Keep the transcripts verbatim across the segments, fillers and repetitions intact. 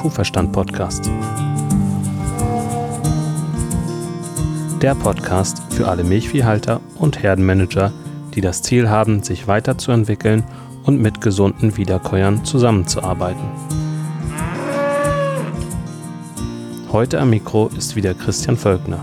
Kuhverstand-Podcast. Der Podcast für alle Milchviehhalter und Herdenmanager, die das Ziel haben, sich weiterzuentwickeln und mit gesunden Wiederkäuern zusammenzuarbeiten. Heute am Mikro ist wieder Christian Völkner.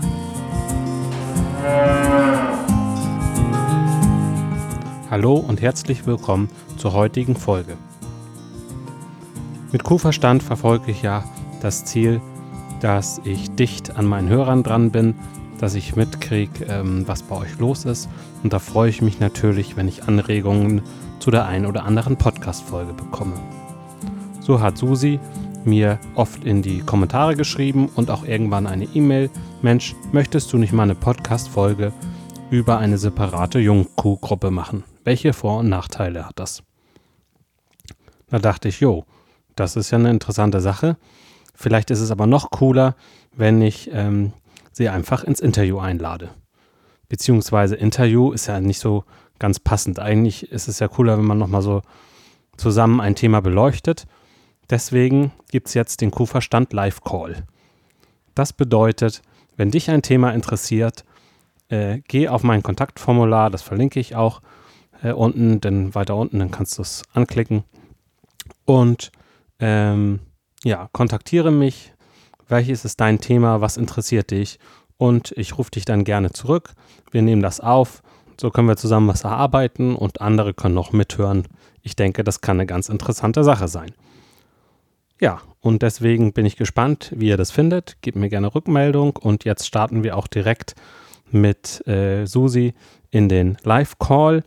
Hallo und herzlich willkommen zur heutigen Folge. Mit Kuhverstand verfolge ich ja das Ziel, dass ich dicht an meinen Hörern dran bin, dass ich mitkriege, ähm, was bei euch los ist. Und da freue ich mich natürlich, wenn ich Anregungen zu der einen oder anderen Podcast-Folge bekomme. So hat Susi mir oft in die Kommentare geschrieben und auch irgendwann eine E-Mail: Mensch, möchtest du nicht mal eine Podcast-Folge über eine separate Jungkuhgruppe machen? Welche Vor- und Nachteile hat das? Da dachte ich, jo, das ist ja eine interessante Sache. Vielleicht ist es aber noch cooler, wenn ich ähm, sie einfach ins Interview einlade. Beziehungsweise Interview ist ja nicht so ganz passend. Eigentlich ist es ja cooler, wenn man nochmal so zusammen ein Thema beleuchtet. Deswegen gibt es jetzt den Kuhverstand Live Call. Das bedeutet, wenn dich ein Thema interessiert, äh, geh auf mein Kontaktformular, das verlinke ich auch äh, unten, denn weiter unten, dann kannst du es anklicken. Und ähm, ja, kontaktiere mich. Welches ist dein Thema? Was interessiert dich? Und ich rufe dich dann gerne zurück. Wir nehmen das auf. So können wir zusammen was erarbeiten und andere können noch mithören. Ich denke, das kann eine ganz interessante Sache sein. Ja, und deswegen bin ich gespannt, wie ihr das findet. Gebt mir gerne Rückmeldung. Und jetzt starten wir auch direkt mit äh, Susi in den Live-Call.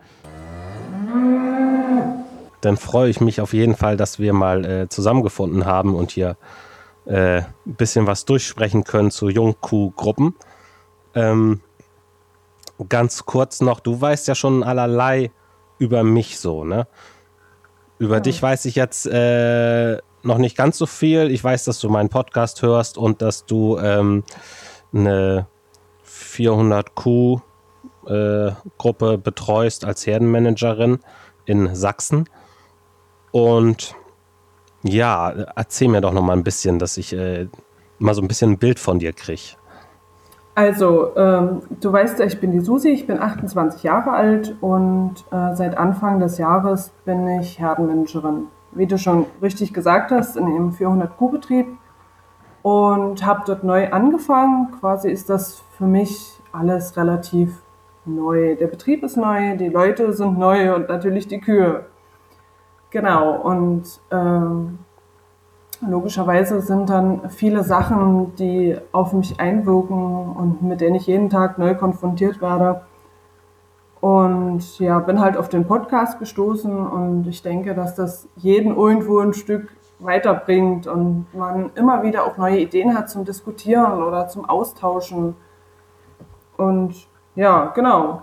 Dann freue ich mich auf jeden Fall, dass wir mal äh, zusammengefunden haben und hier äh, ein bisschen was durchsprechen können zu Jungkuhgruppen. Ähm, ganz kurz noch, du weißt ja schon allerlei über mich so, ne? Über ja. dich weiß ich jetzt äh, noch nicht ganz so viel. Ich weiß, dass du meinen Podcast hörst und dass du ähm, eine vierhundert Kuh äh, Gruppe betreust als Herdenmanagerin in Sachsen. Und ja, erzähl mir doch noch mal ein bisschen, dass ich äh, mal so ein bisschen ein Bild von dir kriege. Also, ähm, du weißt ja, ich bin die Susi, ich bin achtundzwanzig Jahre alt und äh, seit Anfang des Jahres bin ich Herdenmanagerin. Wie du schon richtig gesagt hast, in einem vierhundert Kuh Betrieb und habe dort neu angefangen. Quasi ist das für mich alles relativ neu. Der Betrieb ist neu, die Leute sind neu und natürlich die Kühe. Genau, und ähm, logischerweise sind dann viele Sachen, die auf mich einwirken und mit denen ich jeden Tag neu konfrontiert werde. Und ja, bin halt auf den Podcast gestoßen und ich denke, dass das jeden irgendwo ein Stück weiterbringt und man immer wieder auch neue Ideen hat zum Diskutieren oder zum Austauschen. Und ja, genau.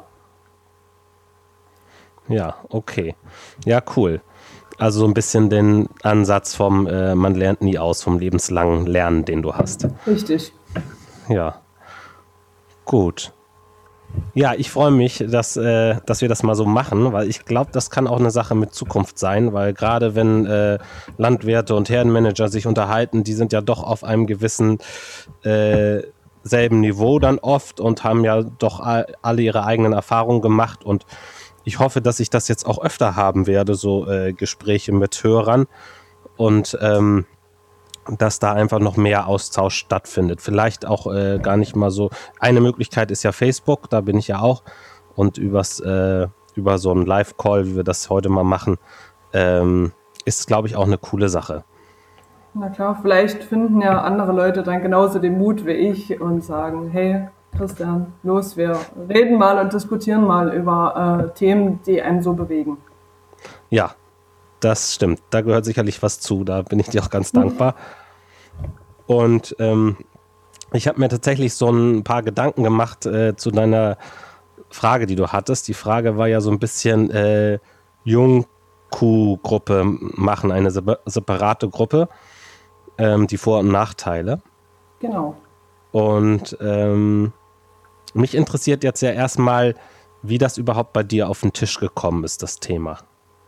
Ja, okay. Ja, cool. Also so ein bisschen den Ansatz vom äh, man lernt nie aus, vom lebenslangen Lernen, den du hast. Richtig. Ja, gut. Ja, ich freue mich, dass, äh, dass wir das mal so machen, weil ich glaube, das kann auch eine Sache mit Zukunft sein, weil gerade wenn äh, Landwirte und Herdenmanager sich unterhalten, die sind ja doch auf einem gewissen äh, selben Niveau dann oft und haben ja doch all, alle ihre eigenen Erfahrungen gemacht und ich hoffe, dass ich das jetzt auch öfter haben werde, so äh, Gespräche mit Hörern und ähm, dass da einfach noch mehr Austausch stattfindet. Vielleicht auch äh, gar nicht mal so. Eine Möglichkeit ist ja Facebook, da bin ich ja auch. Und übers, äh, über so einen Live-Call, wie wir das heute mal machen, ähm, ist, glaube ich, auch eine coole Sache. Na klar, vielleicht finden ja andere Leute dann genauso den Mut wie ich und sagen, hey, Christian, los, wir reden mal und diskutieren mal über äh, Themen, die einen so bewegen. Ja, das stimmt. Da gehört sicherlich was zu. Da bin ich dir auch ganz dankbar. Und ähm, ich habe mir tatsächlich so ein paar Gedanken gemacht äh, zu deiner Frage, die du hattest. Die Frage war ja so ein bisschen äh, Jungkuhgruppe machen, eine separate Gruppe, ähm, die Vor- und Nachteile. Genau. Und ähm, mich interessiert jetzt ja erstmal, wie das überhaupt bei dir auf den Tisch gekommen ist, das Thema.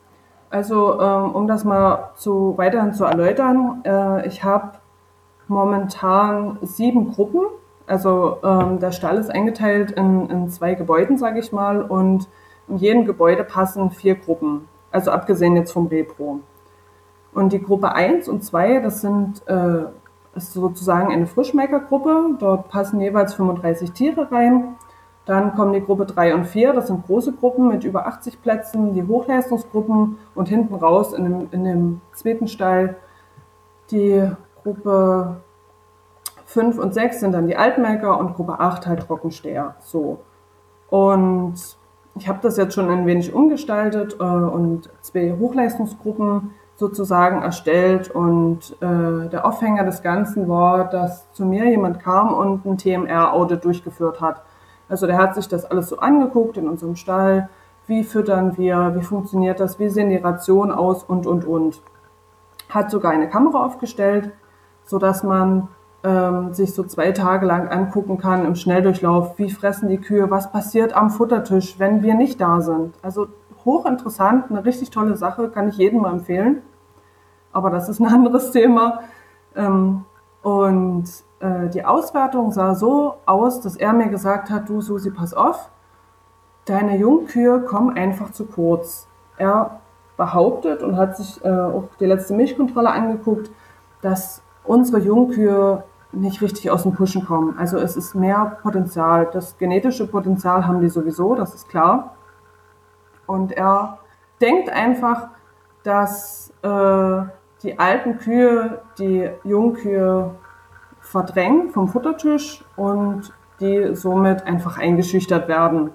Also ähm, um das mal zu, weiterhin zu erläutern, äh, ich habe momentan sieben Gruppen. Also ähm, der Stall ist eingeteilt in, in zwei Gebäuden, sage ich mal, und in jedem Gebäude passen vier Gruppen, also abgesehen jetzt vom Repro. Und die Gruppe eins und zwei, das sind äh, ist sozusagen eine Frischmelkergruppe, dort passen jeweils fünfunddreißig Tiere rein. Dann kommen die Gruppe drei und vier, das sind große Gruppen mit über achtzig Plätzen, die Hochleistungsgruppen, und hinten raus in dem, in dem zweiten Stall die Gruppe fünf und sechs sind dann die Altmelker und Gruppe acht halt Trockensteher. So. Und ich habe das jetzt schon ein wenig umgestaltet äh, und zwei Hochleistungsgruppen sozusagen erstellt. Und äh, der Aufhänger des Ganzen war, dass zu mir jemand kam und ein T M R-Audit durchgeführt hat. Also der hat sich das alles so angeguckt in unserem Stall. Wie füttern wir? Wie funktioniert das? Wie sehen die Rationen aus? Und, und, und. Hat sogar eine Kamera aufgestellt, sodass man ähm, sich so zwei Tage lang angucken kann im Schnelldurchlauf, wie fressen die Kühe, was passiert am Futtertisch, wenn wir nicht da sind. Also hochinteressant, eine richtig tolle Sache, kann ich jedem mal empfehlen. Aber das ist ein anderes Thema. Ähm, und äh, die Auswertung sah so aus, dass er mir gesagt hat, du Susi, pass auf, deine Jungkühe kommen einfach zu kurz. Er behauptet und hat sich äh, auch die letzte Milchkontrolle angeguckt, dass unsere Jungkühe nicht richtig aus dem Pushen kommen. Also es ist mehr Potenzial. Das genetische Potenzial haben die sowieso, das ist klar. Und er denkt einfach, dass äh, die alten Kühe die Jungkühe verdrängen vom Futtertisch und die somit einfach eingeschüchtert werden.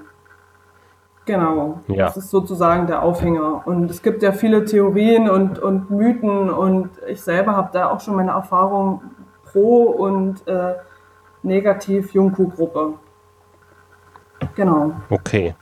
Genau, Ja. das ist sozusagen der Aufhänger. Und es gibt ja viele Theorien und, und Mythen, und ich selber habe da auch schon meine Erfahrung pro und äh, negativ Jungkuhgruppe. Genau. Okay.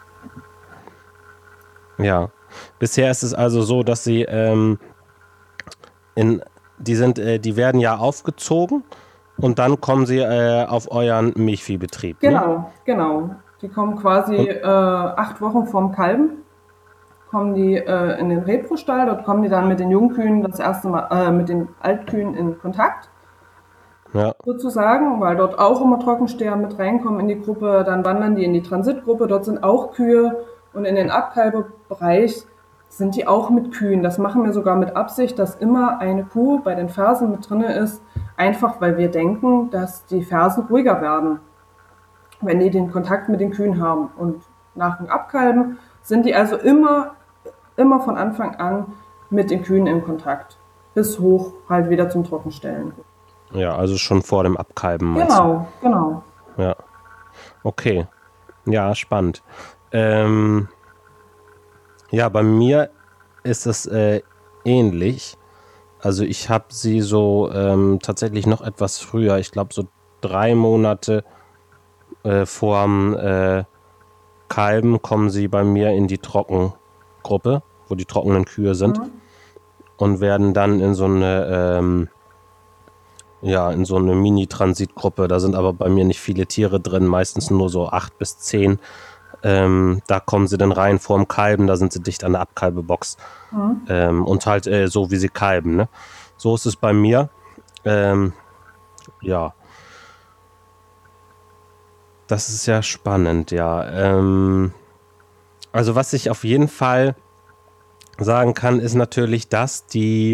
Ja. Bisher ist es also so, dass sie ähm, in, die sind, äh, die werden ja aufgezogen und dann kommen sie äh, auf euren Milchviehbetrieb. Genau, ne? genau. Die kommen quasi äh, acht Wochen vorm Kalben, kommen die äh, in den Repro-Stall, dort kommen die dann mit den Jungkühen das erste Mal, äh, mit den Altkühen in Kontakt. Ja. Sozusagen, weil dort auch immer Trockensteher mit reinkommen in die Gruppe, dann wandern die in die Transitgruppe, dort sind auch Kühe, und in den Abkalbebereich sind die auch mit Kühen. Das machen wir sogar mit Absicht, dass immer eine Kuh bei den Fersen mit drin ist, einfach weil wir denken, dass die Fersen ruhiger werden, wenn die den Kontakt mit den Kühen haben. Und nach dem Abkalben sind die also immer, immer von Anfang an mit den Kühen in Kontakt, bis hoch halt wieder zum Trockenstellen. Ja, also schon vor dem Abkalben. meinst Genau, genau. du? Ja. Okay. Ja, spannend. Ähm, ja, bei mir ist es äh, ähnlich. Also ich habe sie so ähm, tatsächlich noch etwas früher, ich glaube so drei Monate äh, vorm äh, Kalben kommen sie bei mir in die Trockengruppe, wo die trockenen Kühe sind, Mhm. und werden dann in so eine ähm, ja, in so eine Mini-Transitgruppe. Da sind aber bei mir nicht viele Tiere drin, meistens nur so acht bis zehn. Ähm, da kommen sie dann rein vorm Kalben, da sind sie dicht an der Abkalbebox. Mhm. Ähm, und halt äh, so, wie sie kalben. Ne? So ist es bei mir. Ähm, ja. Das ist ja spannend, ja. Ähm, also was ich auf jeden Fall sagen kann, ist natürlich, dass die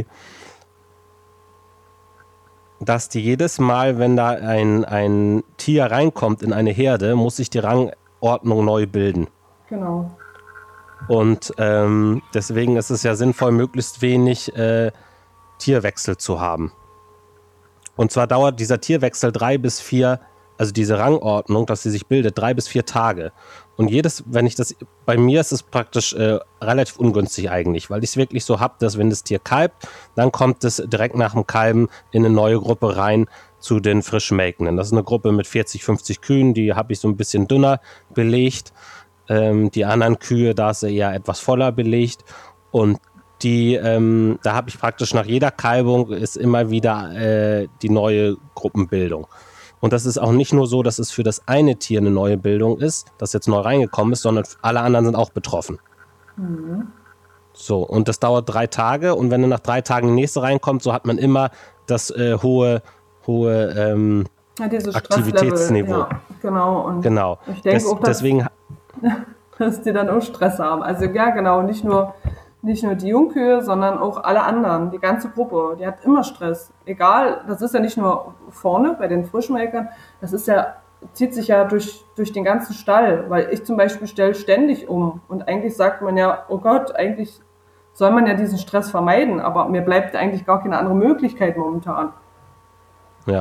dass die jedes Mal, wenn da ein, ein Tier reinkommt in eine Herde, muss sich die Rangordnung neu bilden. Genau. Und ähm, deswegen ist es ja sinnvoll, möglichst wenig äh, Tierwechsel zu haben. Und zwar dauert dieser Tierwechsel drei bis vier, also diese Rangordnung, dass sie sich bildet, drei bis vier Tage. Und jedes, wenn ich das, bei mir ist es praktisch äh, relativ ungünstig eigentlich, weil ich es wirklich so habe, dass wenn das Tier kalbt, dann kommt es direkt nach dem Kalben in eine neue Gruppe rein zu den frisch Melkenden. Das ist eine Gruppe mit vierzig, fünfzig Kühen, die habe ich so ein bisschen dünner belegt. Ähm, die anderen Kühe, da ist sie eher etwas voller belegt. Und die, ähm, da habe ich praktisch nach jeder Kalbung ist immer wieder äh, die neue Gruppenbildung. Und das ist auch nicht nur so, dass es für das eine Tier eine neue Bildung ist, das jetzt neu reingekommen ist, sondern alle anderen sind auch betroffen. Mhm. So, und das dauert drei Tage und wenn dann nach drei Tagen die nächste reinkommt, so hat man immer das äh, hohe, hohe ähm, Ja, dieses Aktivitätsniveau. Ja, genau. Und genau. ich denke Des, auch, dass, deswegen, dass die dann auch Stress haben. Also ja, genau, nicht nur, nicht nur die Jungkühe, sondern auch alle anderen, die ganze Gruppe, die hat immer Stress. Egal, das ist ja nicht nur vorne bei den Frischmelkern, das ist ja, zieht sich ja durch, durch den ganzen Stall, weil ich zum Beispiel stelle ständig um und eigentlich sagt man ja, oh Gott, eigentlich soll man ja diesen Stress vermeiden, aber mir bleibt eigentlich gar keine andere Möglichkeit momentan. ja.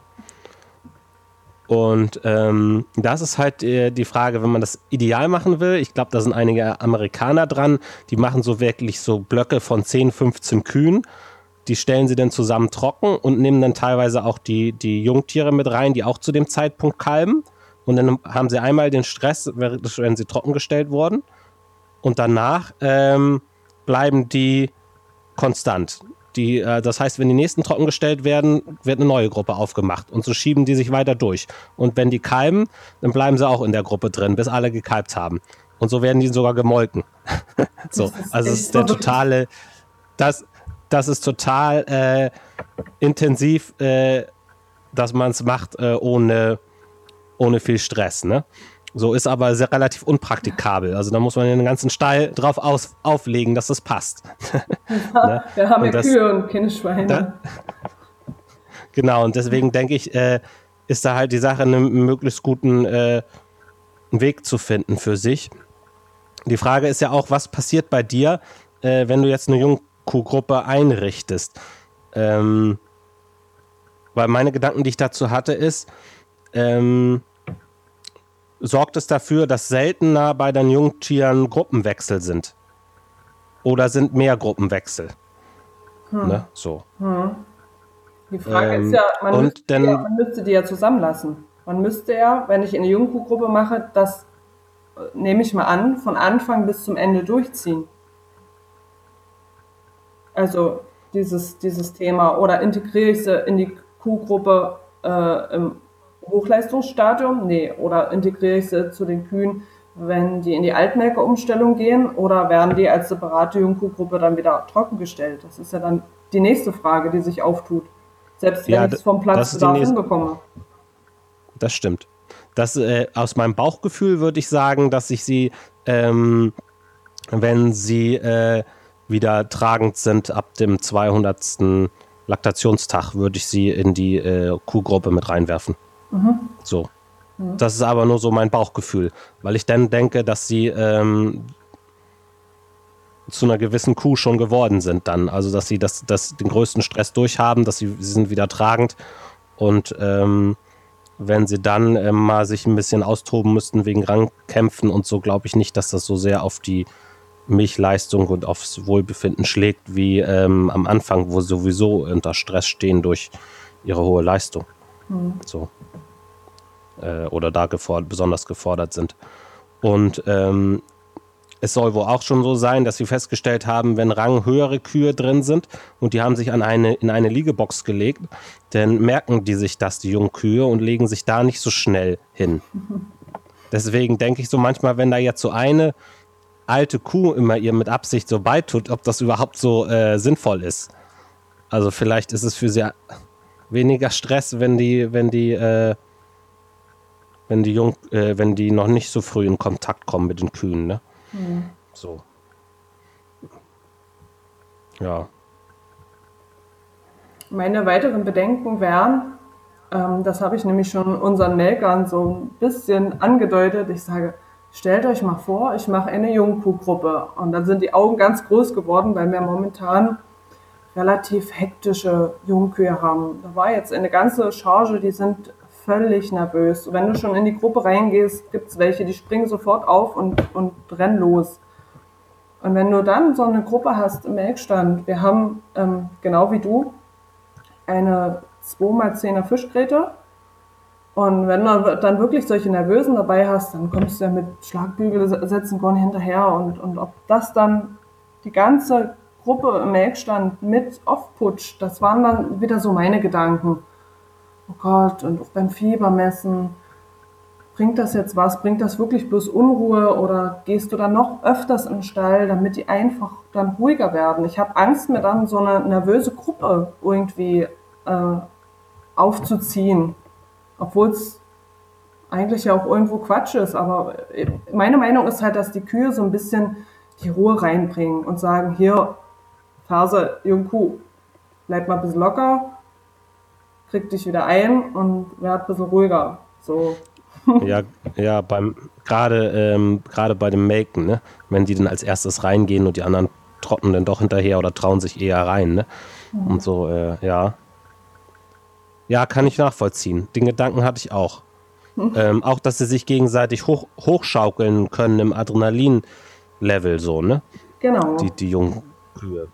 Und ähm, das ist halt äh, die Frage, wenn man das ideal machen will. Ich glaube, da sind einige Amerikaner dran, die machen so wirklich so Blöcke von zehn, fünfzehn Kühen. Die stellen sie dann zusammen trocken und nehmen dann teilweise auch die, die Jungtiere mit rein, die auch zu dem Zeitpunkt kalben. Und dann haben sie einmal den Stress, wenn sie trockengestellt wurden. Und danach ähm, bleiben die konstant. Die, äh, das heißt, wenn die nächsten trockengestellt werden, wird eine neue Gruppe aufgemacht. Und so schieben die sich weiter durch. Und wenn die kalben, dann bleiben sie auch in der Gruppe drin, bis alle gekalbt haben. Und so werden die sogar gemolken. so, also es ist der totale, das, das ist total äh, intensiv, äh, dass man es macht äh, ohne, ohne viel Stress, ne? So ist aber sehr relativ unpraktikabel. Also da muss man den ganzen Stall drauf aus, auflegen, dass das passt. Ja, ne? Wir haben ja das, Kühe und keine Schweine. Da, genau, und deswegen denke ich, äh, ist da halt die Sache, einen möglichst guten äh, Weg zu finden für sich. Die Frage ist ja auch, was passiert bei dir, äh, wenn du jetzt eine Jungkuhgruppe einrichtest? Ähm, weil meine Gedanken, die ich dazu hatte, ist, ähm, sorgt es dafür, dass seltener bei den Jungtieren Gruppenwechsel sind? Oder sind mehr Gruppenwechsel? Hm. Ne? So. Hm. Die Frage ähm, ist ja, man müsste, dann, ja, man müsste die ja zusammenlassen. Man müsste ja, wenn ich eine Jungkuhgruppe mache, das, nehme ich mal an, von Anfang bis zum Ende durchziehen. Also dieses, dieses Thema. Oder integriere ich sie in die Kuhgruppe äh, im Hochleistungsstadium? Nee. Oder integriere ich sie zu den Kühen, wenn die in die Altmelkerumstellung gehen? Oder werden die als separate Jungkuhgruppe dann wieder trockengestellt? Das ist ja dann die nächste Frage, die sich auftut. Selbst wenn ja, ich es vom Platzbedarf hinbekomme. Das stimmt. Das, äh, aus meinem Bauchgefühl würde ich sagen, dass ich sie, ähm, wenn sie äh, wieder tragend sind, ab dem zweihundertsten Laktationstag, würde ich sie in die äh, Kuhgruppe mit reinwerfen. Mhm. So. Mhm. Das ist aber nur so mein Bauchgefühl, weil ich dann denke, dass sie ähm, zu einer gewissen Kuh schon geworden sind dann. Also, dass sie das, das, den größten Stress durchhaben, dass sie, sie sind wieder tragend und ähm, wenn sie dann ähm, mal sich ein bisschen austoben müssten wegen Rangkämpfen und so, glaube ich nicht, dass das so sehr auf die Milchleistung und aufs Wohlbefinden schlägt, wie ähm, am Anfang, wo sie sowieso unter Stress stehen durch ihre hohe Leistung. Mhm. So. Äh, oder da gefordert, besonders gefordert sind. Und ähm, es soll wohl auch schon so sein, dass sie festgestellt haben, wenn ranghöhere Kühe drin sind und die haben sich an eine, in eine Liegebox gelegt, dann merken die sich das, die Jungkühe, und legen sich da nicht so schnell hin. Mhm. Deswegen denke ich so manchmal, wenn da jetzt so eine alte Kuh immer ihr mit Absicht so beitut, ob das überhaupt so äh, sinnvoll ist. Also vielleicht ist es für sie weniger Stress, wenn die, wenn die, äh, wenn die Jung, äh, wenn die noch nicht so früh in Kontakt kommen mit den Kühen, ne? Mhm. So. Ja. Meine weiteren Bedenken wären, ähm, das habe ich nämlich schon unseren Melkern so ein bisschen angedeutet. Ich sage, stellt euch mal vor, ich mache eine Jungkuhgruppe. Und dann sind die Augen ganz groß geworden, weil wir momentan relativ hektische Jungkühe haben. Da war jetzt eine ganze Charge, die sind völlig nervös. Wenn du schon in die Gruppe reingehst, gibt es welche, die springen sofort auf und, und rennen los. Und wenn du dann so eine Gruppe hast im Melkstand, wir haben, ähm, genau wie du, eine zwei mal zehner Fischgräte. Und wenn du dann wirklich solche Nervösen dabei hast, dann kommst du ja mit Schlagbügel setzen gar nicht hinterher. Und, und ob das dann die ganze Gruppe im Melkstand mit aufputscht, das waren dann wieder so meine Gedanken. Oh Gott, und auch beim Fiebermessen, bringt das jetzt was? Bringt das wirklich bloß Unruhe oder gehst du dann noch öfters in den Stall, damit die einfach dann ruhiger werden? Ich habe Angst, mir dann so eine nervöse Gruppe irgendwie äh, aufzuziehen, obwohl es eigentlich ja auch irgendwo Quatsch ist. Aber meine Meinung ist halt, dass die Kühe so ein bisschen die Ruhe reinbringen und sagen, hier, Ferse, junge Kuh, bleib mal ein bisschen locker, krieg dich wieder ein und werd ein bisschen ruhiger. So. Ja, ja, beim gerade ähm, gerade bei dem Melken, ne? Wenn die dann als erstes reingehen und die anderen trotten dann doch hinterher oder trauen sich eher rein, ne? Mhm. Und so, äh, ja. Ja, kann ich nachvollziehen. Den Gedanken hatte ich auch. Mhm. Ähm, auch, dass sie sich gegenseitig hoch, hochschaukeln können im Adrenalin-Level, so, ne? Genau. Die, die jungen Kühe.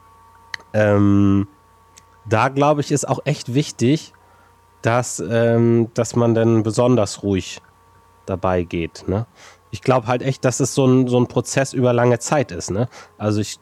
Ähm, da, glaube ich, ist auch echt wichtig, dass, ähm, dass man dann besonders ruhig dabei geht. Ne? Ich glaube halt echt, dass es so ein, so ein Prozess über lange Zeit ist. Ne? Also ich,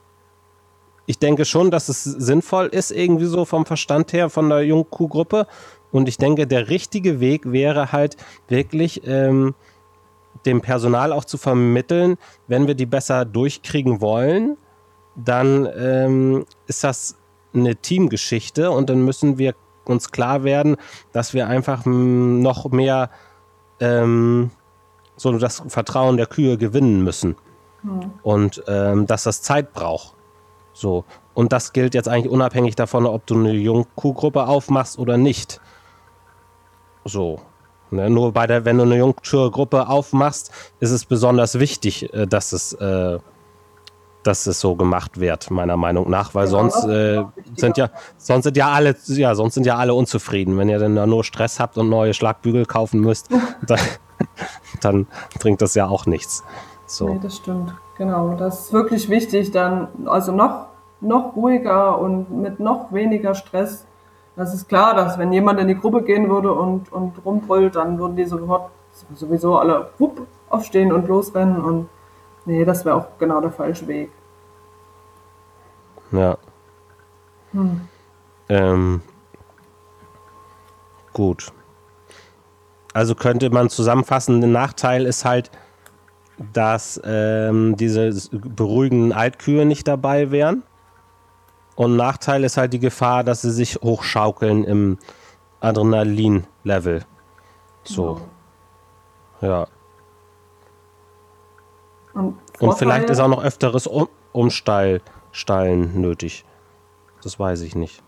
ich denke schon, dass es sinnvoll ist, irgendwie so vom Verstand her, von der Jungkuhgruppe. Und ich denke, der richtige Weg wäre halt wirklich, ähm, dem Personal auch zu vermitteln, wenn wir die besser durchkriegen wollen, dann ähm, ist das eine Teamgeschichte und dann müssen wir uns klar werden, dass wir einfach m, noch mehr ähm, so das Vertrauen der Kühe gewinnen müssen. Hm. Und ähm, dass das Zeit braucht. So. Und das gilt jetzt eigentlich unabhängig davon, ob du eine Jungkuhgruppe aufmachst oder nicht. So. Ne? Nur bei der, wenn du eine Jungkuhgruppe aufmachst, ist es besonders wichtig, äh, dass es äh, dass es so gemacht wird, meiner Meinung nach, weil genau, sonst äh, sind ja sonst sind ja alle ja sonst sind ja alle unzufrieden, wenn ihr dann nur Stress habt und neue Schlagbügel kaufen müsst, dann, dann bringt das ja auch nichts. So. Nee, das stimmt, genau. Das ist wirklich wichtig, dann also noch noch ruhiger und mit noch weniger Stress. Das ist klar, dass wenn jemand in die Gruppe gehen würde und und rumbrüllt, dann würden die sofort sowieso alle wupp, aufstehen und losrennen und nee, das wäre auch genau der falsche Weg. Ja. Hm. Ähm, gut. Also könnte man zusammenfassen, der Nachteil ist halt, dass ähm, diese beruhigenden Altkühe nicht dabei wären. Und Nachteil ist halt die Gefahr, dass sie sich hochschaukeln im Adrenalin-Level. So. Genau. Ja. Und, Und vielleicht ist auch noch öfteres um Umstall Stallen nötig. Das weiß ich nicht.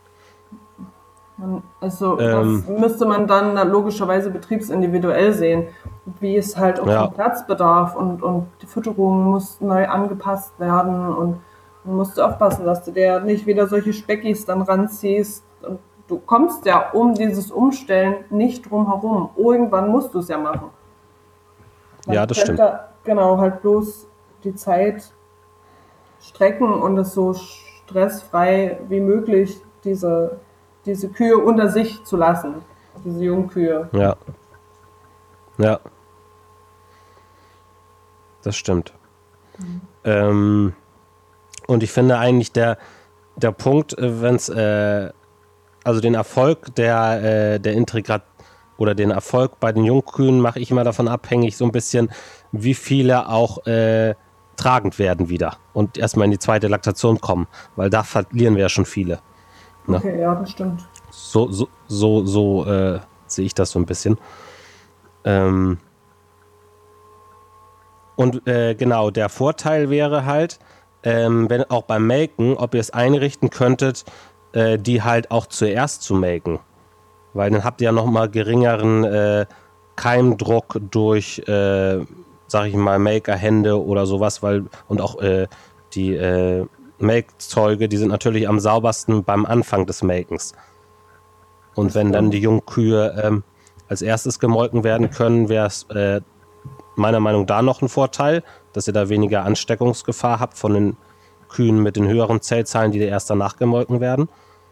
Also ähm, das müsste man dann logischerweise betriebsindividuell sehen, wie es halt auch ja. vom Platz bedarf und, und die Fütterung muss neu angepasst werden und man musst aufpassen, dass du dir nicht wieder solche Speckis dann ranziehst und du kommst ja um dieses Umstellen nicht drum herum. Irgendwann musst du es ja machen. Man ja, das stimmt. Da, genau, halt bloß die Zeit strecken und es so stressfrei wie möglich diese, diese Kühe unter sich zu lassen, diese Jungkühe. Ja. Ja. Das stimmt. Mhm. Ähm, und ich finde eigentlich der, der Punkt, wenn es, äh, also den Erfolg der, äh, der Integrat oder den Erfolg bei den Jungkühen mache ich immer davon abhängig, so ein bisschen, wie viele auch äh, tragend werden wieder und erstmal in die zweite Laktation kommen, weil da verlieren wir ja schon viele. Ne? Okay, ja, das stimmt. So, so, so, so äh, sehe ich das so ein bisschen. Ähm und äh, genau, der Vorteil wäre halt, ähm, wenn auch beim Melken, ob ihr es einrichten könntet, äh, die halt auch zuerst zu melken. Weil dann habt ihr ja nochmal geringeren äh, Keimdruck durch äh, sag ich mal, Melkerhände oder sowas, weil und auch äh, die äh, Melkzeuge, die sind natürlich am saubersten beim Anfang des Melkens. Und wenn dann die Jungkühe ähm, als erstes gemolken werden können, wäre es äh, meiner Meinung nach da noch ein Vorteil, dass ihr da weniger Ansteckungsgefahr habt von den Kühen mit den höheren Zellzahlen, die erst danach gemolken werden.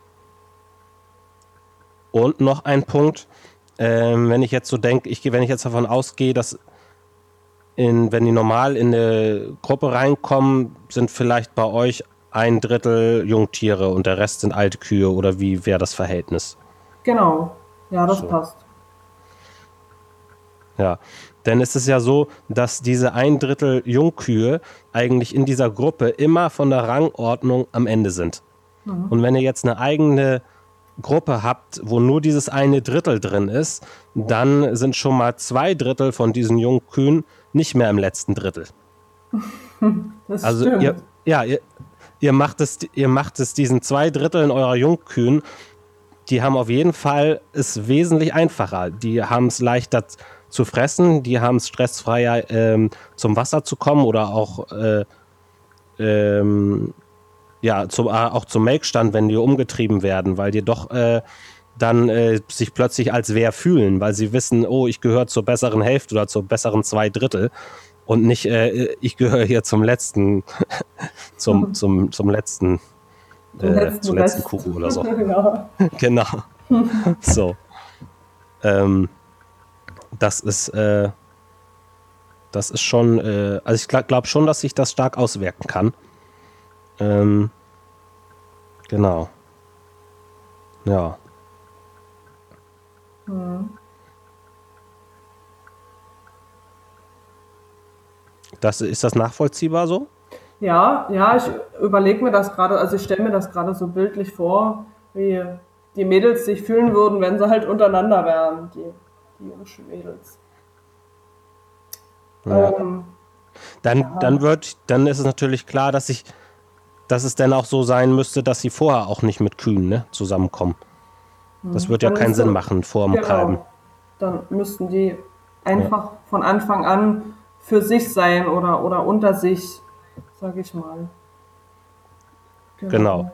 Und noch ein Punkt, ähm, wenn ich jetzt so denke, ich, wenn ich jetzt davon ausgehe, dass In, wenn die normal in eine Gruppe reinkommen, sind vielleicht bei euch ein Drittel Jungtiere und der Rest sind alte Kühe oder wie wäre das Verhältnis? Genau, ja, das so. passt. Ja, denn es ist ja so, dass diese ein Drittel Jungkühe eigentlich in dieser Gruppe immer von der Rangordnung am Ende sind. Mhm. Und wenn ihr jetzt eine eigene Gruppe habt, wo nur dieses eine Drittel drin ist, dann sind schon mal zwei Drittel von diesen Jungkühen nicht mehr im letzten Drittel. Das also stimmt. Ihr, ja, ihr, ihr, macht es, ihr macht es diesen zwei Dritteln eurer Jungkühen, die haben auf jeden Fall es wesentlich einfacher. Die haben es leichter zu fressen, die haben es stressfreier ähm, zum Wasser zu kommen oder auch äh, ähm, ja, zum, äh, auch zum Melkstand, wenn die umgetrieben werden, weil die doch äh, dann äh, sich plötzlich als wer fühlen, weil sie wissen, oh, ich gehöre zur besseren Hälfte oder zur besseren zwei Drittel und nicht, äh, ich gehöre hier zum letzten, zum, zum, zum letzten, äh, letzten zur letzten Rest. Kuh oder so. Genau. Genau. So. Ähm, das ist, äh, das ist schon, äh, also ich glaube glaub schon, dass sich das stark auswirken kann. Ähm, genau. Ja. Hm. Das, ist das nachvollziehbar so? Ja, ja, ich überlege mir das gerade, also ich stelle mir das gerade so bildlich vor, wie die Mädels sich fühlen würden, wenn sie halt untereinander wären, die, die jungen Mädels. Ja. Ähm, Dann, ja. dann wird, dann ist es natürlich klar, dass ich, dass es dann auch so sein müsste, dass sie vorher auch nicht mit Kühen, ne, zusammenkommen. Das wird ja Dann keinen müsste- Sinn machen vor dem Genau. Kalben. Dann müssten die einfach von Anfang an für sich sein oder, oder unter sich, sag ich mal. Genau.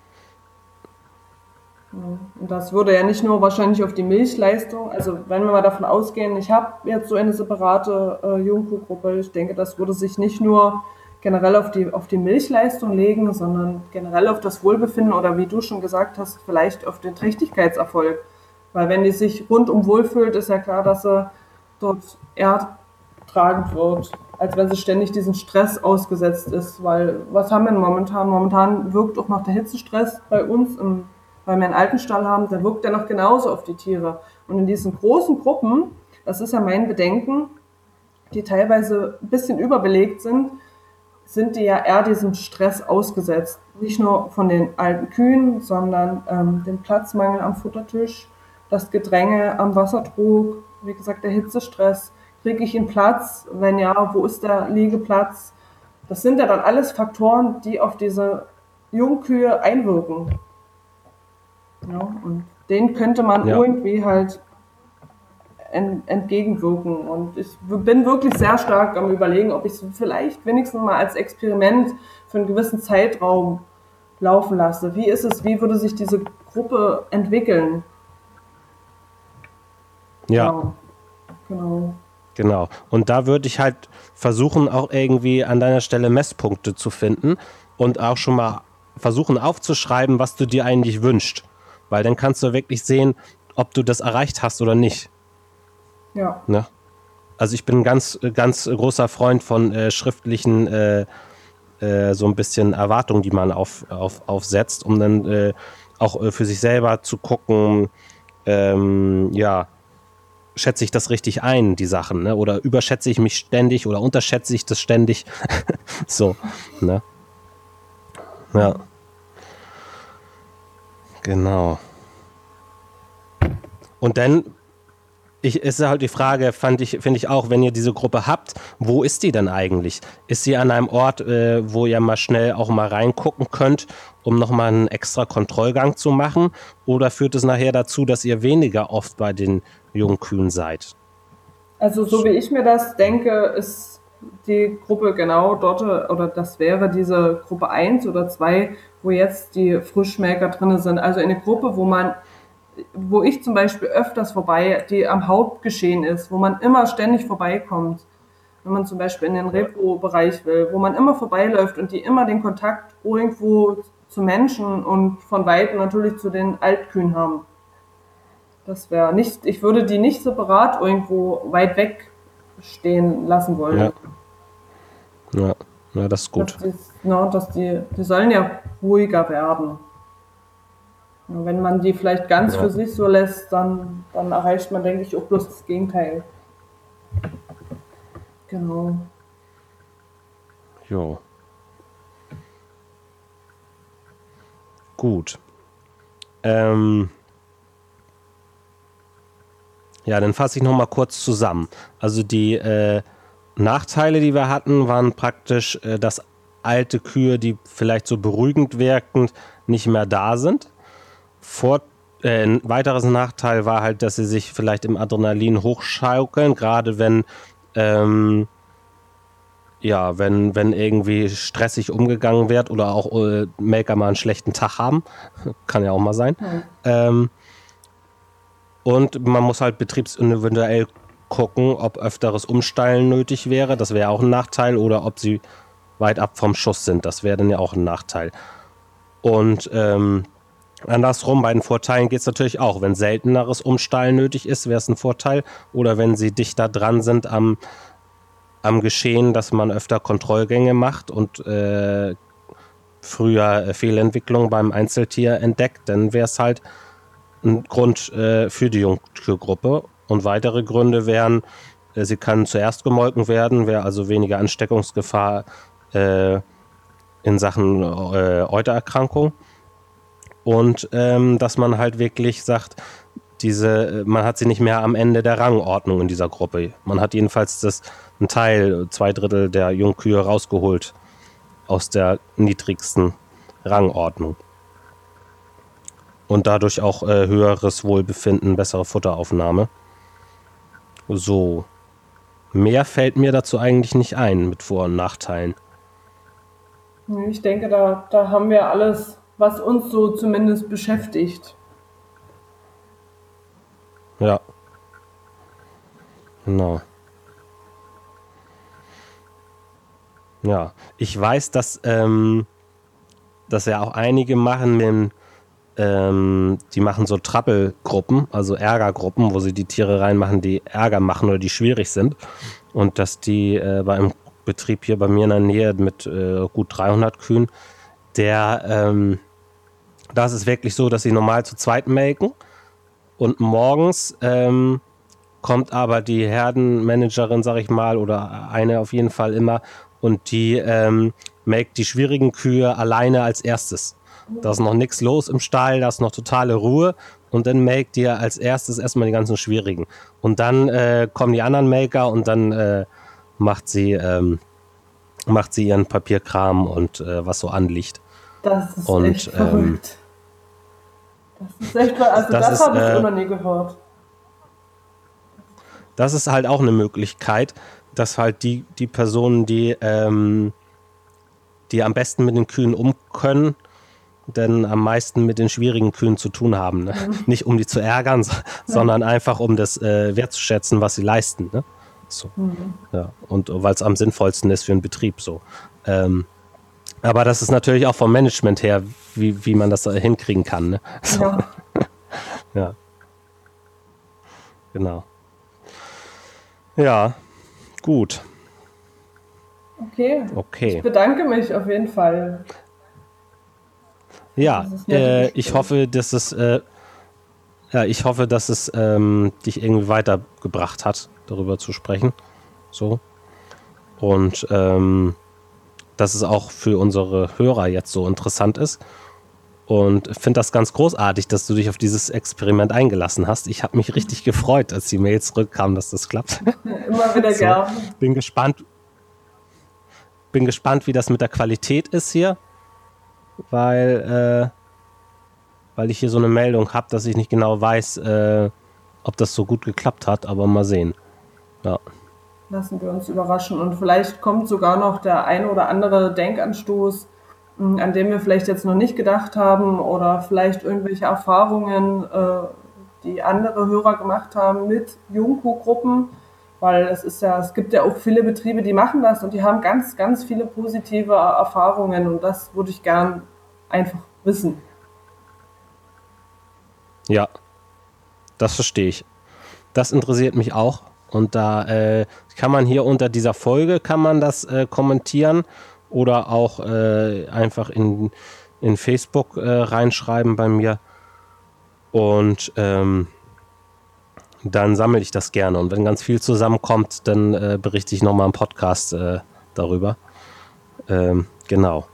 Ja. Und das würde ja nicht nur wahrscheinlich auf die Milchleistung, also wenn wir mal davon ausgehen, ich habe jetzt so eine separate äh, Jungkuhgruppe, ich denke, das würde sich nicht nur generell auf die, auf die Milchleistung legen, sondern generell auf das Wohlbefinden oder wie du schon gesagt hast, vielleicht auf den Trächtigkeitserfolg. Weil wenn die sich rundum wohlfühlt, ist ja klar, dass sie dort eher tragend wird, als wenn sie ständig diesen Stress ausgesetzt ist. Weil was haben wir denn momentan? Momentan wirkt auch noch der Hitzestress bei uns, im, weil wir einen alten Stall haben, der wirkt ja noch genauso auf die Tiere. Und in diesen großen Gruppen, das ist ja mein Bedenken, die teilweise ein bisschen überbelegt sind, sind die ja eher diesem Stress ausgesetzt. Nicht nur von den alten Kühen, sondern ähm, dem Platzmangel am Futtertisch, das Gedränge am Wassertrog, wie gesagt, der Hitzestress. Kriege ich einen Platz? Wenn ja, wo ist der Liegeplatz? Das sind ja dann alles Faktoren, die auf diese Jungkühe einwirken. Ja, und denen könnte man Ja. irgendwie halt en- entgegenwirken. Und ich w- bin wirklich sehr stark am Überlegen, ob ich es vielleicht wenigstens mal als Experiment für einen gewissen Zeitraum laufen lasse. Wie ist es, wie würde sich diese Gruppe entwickeln? Ja. Genau. Genau. Genau. Und da würde ich halt versuchen, auch irgendwie an deiner Stelle Messpunkte zu finden und auch schon mal versuchen aufzuschreiben, was du dir eigentlich wünschst. Weil dann kannst du wirklich sehen, ob du das erreicht hast oder nicht. Ja. Ne? Also ich bin ein ganz, ganz großer Freund von äh, schriftlichen äh, äh, so ein bisschen Erwartungen, die man auf, auf, aufsetzt, um dann äh, auch äh, für sich selber zu gucken, ähm, ja, schätze ich das richtig ein, die Sachen, ne? Oder überschätze ich mich ständig oder unterschätze ich das ständig? So, ne? Ja. Genau. Und dann ich, ist halt die Frage, fand ich, finde ich auch, wenn ihr diese Gruppe habt, wo ist die denn eigentlich? Ist sie an einem Ort, äh, wo ihr mal schnell auch mal reingucken könnt, um nochmal einen extra Kontrollgang zu machen? Oder führt es nachher dazu, dass ihr weniger oft bei den Jungkühen seid? Also so wie ich mir das denke, ist die Gruppe genau dort, oder das wäre diese Gruppe eins oder zwei, wo jetzt die Frischmelker drin sind. Also eine Gruppe, wo man, wo ich zum Beispiel öfters vorbei, die am Hauptgeschehen ist, wo man immer ständig vorbeikommt. Wenn man zum Beispiel in den Repro-Bereich will, wo man immer vorbeiläuft und die immer den Kontakt irgendwo zu Menschen und von Weitem natürlich zu den Altkühen haben. Das wäre nicht, ich würde die nicht separat irgendwo weit weg stehen lassen wollen. Ja. Ja, ja, das ist gut. Dass die, na, dass die, die sollen ja ruhiger werden. Und wenn man die vielleicht ganz Ja. für sich so lässt, dann, dann erreicht man, denke ich, auch bloß das Gegenteil. Genau. Jo. Gut. Ähm, ja, dann fasse ich noch mal kurz zusammen. Also die äh, Nachteile, die wir hatten, waren praktisch, äh, dass alte Kühe, die vielleicht so beruhigend wirkend nicht mehr da sind. Vor, äh, ein weiteres Nachteil war halt, dass sie sich vielleicht im Adrenalin hochschaukeln, gerade wenn ähm, ja, wenn, wenn irgendwie stressig umgegangen wird oder auch äh, Melker mal einen schlechten Tag haben. Kann ja auch mal sein. Hm. Ähm, und man muss halt betriebsindividuell gucken, ob öfteres Umsteilen nötig wäre. Das wäre auch ein Nachteil. Oder ob sie weit ab vom Schuss sind. Das wäre dann ja auch ein Nachteil. Und ähm, andersrum, bei den Vorteilen geht es natürlich auch. Wenn selteneres Umsteilen nötig ist, wäre es ein Vorteil. Oder wenn sie dichter dran sind am am Geschehen, dass man öfter Kontrollgänge macht und äh, früher äh, Fehlentwicklung beim Einzeltier entdeckt, dann wäre es halt ein Grund äh, für die Jungtiergruppe. Und weitere Gründe wären, äh, sie kann zuerst gemolken werden, wäre also weniger Ansteckungsgefahr äh, in Sachen äh, Eutererkrankung. Und ähm, dass man halt wirklich sagt, diese, man hat sie nicht mehr am Ende der Rangordnung in dieser Gruppe. Man hat jedenfalls das, einen Teil, zwei Drittel der Jungkühe rausgeholt aus der niedrigsten Rangordnung. Und dadurch auch äh, höheres Wohlbefinden, bessere Futteraufnahme. So. Mehr fällt mir dazu eigentlich nicht ein mit Vor- und Nachteilen. Ich denke, da, da haben wir alles, was uns so zumindest beschäftigt. Ja. Genau. Ja, ich weiß, dass, ähm, dass ja auch einige machen, mit, ähm, die machen so Trappelgruppen, also Ärgergruppen, wo sie die Tiere reinmachen, die Ärger machen oder die schwierig sind. Und dass die äh, bei einem Betrieb hier bei mir in der Nähe mit äh, gut dreihundert Kühen, der, ähm, da ist es wirklich so, dass sie normal zu zweit melken und morgens ähm, kommt aber die Herdenmanagerin, sag ich mal, oder eine auf jeden Fall immer, und die ähm, melkt die schwierigen Kühe alleine als erstes. Da ist noch nichts los im Stall, da ist noch totale Ruhe, und dann melkt die als erstes erstmal die ganzen schwierigen. Und dann äh, kommen die anderen Melker und dann äh, macht sie ähm, macht sie ihren Papierkram und äh, was so anliegt. Das ist Und, echt verrückt. Ähm, das ist echt, also das, das, das habe ich äh, auch noch nie gehört. Das ist halt auch eine Möglichkeit, dass halt die, die Personen, die, ähm, die am besten mit den Kühen um können, denn am meisten mit den schwierigen Kühen zu tun haben. Ne? Mhm. Nicht um die zu ärgern, so, sondern einfach um das äh, wertzuschätzen, was sie leisten. Ne? So. Mhm. Ja. Und weil es am sinnvollsten ist für einen Betrieb. So. Ähm, aber das ist natürlich auch vom Management her, wie, wie man das äh, hinkriegen kann. Ne? So. Ja. Ja. Genau. Ja, gut. Okay. Okay. Ich bedanke mich auf jeden Fall. Ja, äh, ich hoffe, dass es, äh, ja, ich hoffe, dass es ähm, dich irgendwie weitergebracht hat, darüber zu sprechen. So. Und ähm, dass es auch für unsere Hörer jetzt so interessant ist. Und ich finde das ganz großartig, dass du dich auf dieses Experiment eingelassen hast. Ich habe mich richtig gefreut, als die Mails zurückkamen, dass das klappt. Immer wieder so. Gern. Bin gespannt, bin gespannt, wie das mit der Qualität ist hier, weil, äh, weil ich hier so eine Meldung habe, dass ich nicht genau weiß, äh, ob das so gut geklappt hat, aber mal sehen. Ja. Lassen wir uns überraschen, und vielleicht kommt sogar noch der ein oder andere Denkanstoß, an dem wir vielleicht jetzt noch nicht gedacht haben, oder vielleicht irgendwelche Erfahrungen, die andere Hörer gemacht haben mit Jungkuhgruppen, weil es ist ja, es gibt ja auch viele Betriebe, die machen das und die haben ganz, ganz viele positive Erfahrungen, und das würde ich gern einfach wissen. Ja, das verstehe ich. Das interessiert mich auch, und da äh, kann man hier unter dieser Folge kann man das äh, kommentieren. Oder auch äh, einfach in, in Facebook äh, reinschreiben bei mir. Und ähm, dann sammle ich das gerne. Und wenn ganz viel zusammenkommt, dann äh, berichte ich nochmal im Podcast äh, darüber. Ähm, genau.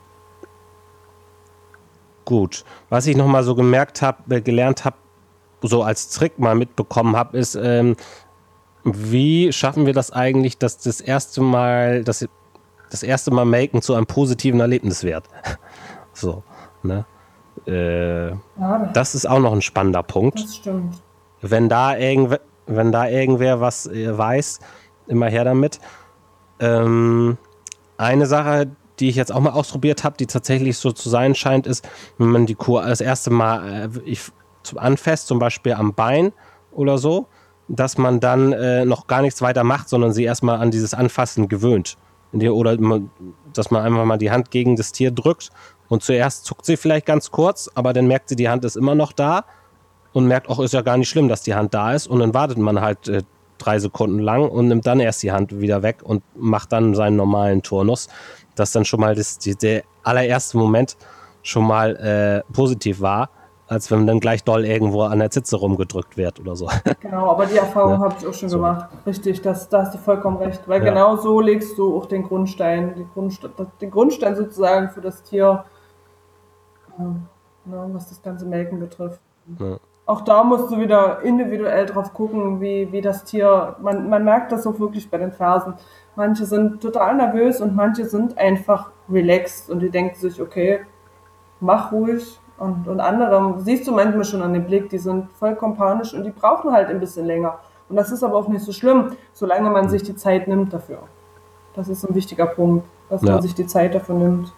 Gut. Was ich nochmal so gemerkt habe, äh, gelernt habe, so als Trick mal mitbekommen habe, ist, ähm, wie schaffen wir das eigentlich, dass das erste Mal, dass das erste Mal Melken zu einem positiven Erlebnis wird? So, ne? Äh, Ja, das ist auch noch ein spannender Punkt. das stimmt. Wenn da, irgendw- wenn da irgendwer was äh, weiß, immer her damit. Ähm, eine Sache, die ich jetzt auch mal ausprobiert habe, die tatsächlich so zu sein scheint, ist, wenn man die Kuh das erste Mal äh, ich, anfasst, zum Beispiel am Bein oder so, dass man dann äh, noch gar nichts weiter macht, sondern sie erstmal an dieses Anfassen gewöhnt. Oder dass man einfach mal die Hand gegen das Tier drückt und zuerst zuckt sie vielleicht ganz kurz, aber dann merkt sie, die Hand ist immer noch da und merkt, auch ist ja gar nicht schlimm, dass die Hand da ist, und dann wartet man halt äh, drei Sekunden lang und nimmt dann erst die Hand wieder weg und macht dann seinen normalen Turnus. Dass dann schon mal das, die, der allererste Moment schon mal äh, positiv war, als wenn dann gleich doll irgendwo an der Zitze rumgedrückt wird oder so. Genau, aber die Erfahrung Ja. habe ich auch schon So. gemacht. Richtig, das, da hast du vollkommen recht. Weil Ja. genau so legst du auch den Grundstein, die Grundste- den Grundstein sozusagen für das Tier, ähm, ne, was das ganze Melken betrifft. Ja. Auch da musst du wieder individuell drauf gucken, wie, wie das Tier, man, man merkt das auch wirklich bei den Fersen. Manche sind total nervös und manche sind einfach relaxed und die denken sich, okay, mach ruhig. Und, und andere siehst du manchmal schon an dem Blick, die sind vollkommen panisch und die brauchen halt ein bisschen länger. Und das ist aber auch nicht so schlimm, solange man sich die Zeit nimmt dafür. Das ist ein wichtiger Punkt, dass Ja. man sich die Zeit dafür nimmt.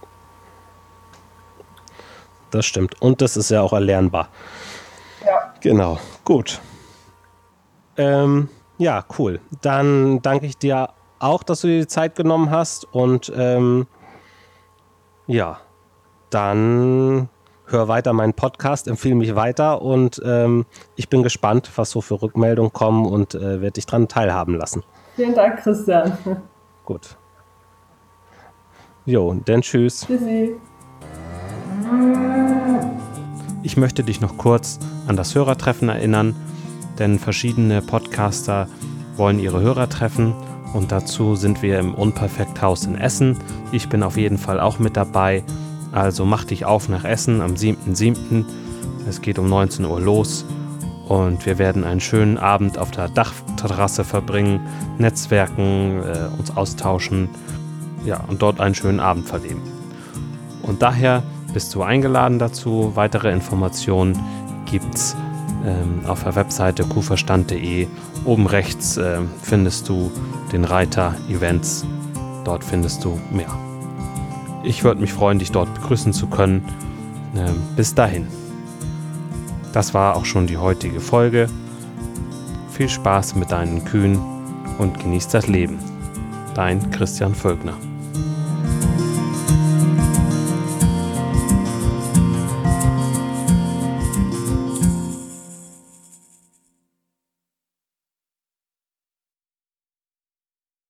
Das stimmt. Und das ist ja auch erlernbar. Ja. Genau, gut. Ähm, ja, cool. Dann danke ich dir auch, dass du dir die Zeit genommen hast. Und ähm, ja, dann hör weiter meinen Podcast, empfehle mich weiter. Und ähm, ich bin gespannt, was so für Rückmeldungen kommen, und äh, werde dich dran teilhaben lassen. Vielen Dank, Christian. Gut. Jo, dann tschüss. Tschüssi. Ich möchte dich noch kurz an das Hörertreffen erinnern, denn verschiedene Podcaster wollen ihre Hörer treffen, und dazu sind wir im Unperfekthaus in Essen. Ich bin auf jeden Fall auch mit dabei, also mach dich auf nach Essen am siebten siebten Es geht um neunzehn Uhr los und wir werden einen schönen Abend auf der Dachterrasse verbringen, netzwerken, äh, uns austauschen, ja, und dort einen schönen Abend verleben. Und daher bist du eingeladen dazu. Weitere Informationen gibt's ähm, auf der Webseite kuhverstand punkt de. Oben rechts äh, findest du den Reiter Events. Dort findest du mehr. Ich würde mich freuen, dich dort begrüßen zu können. Ähm, bis dahin. Das war auch schon die heutige Folge. Viel Spaß mit deinen Kühen und genieß das Leben. Dein Christian Völkner.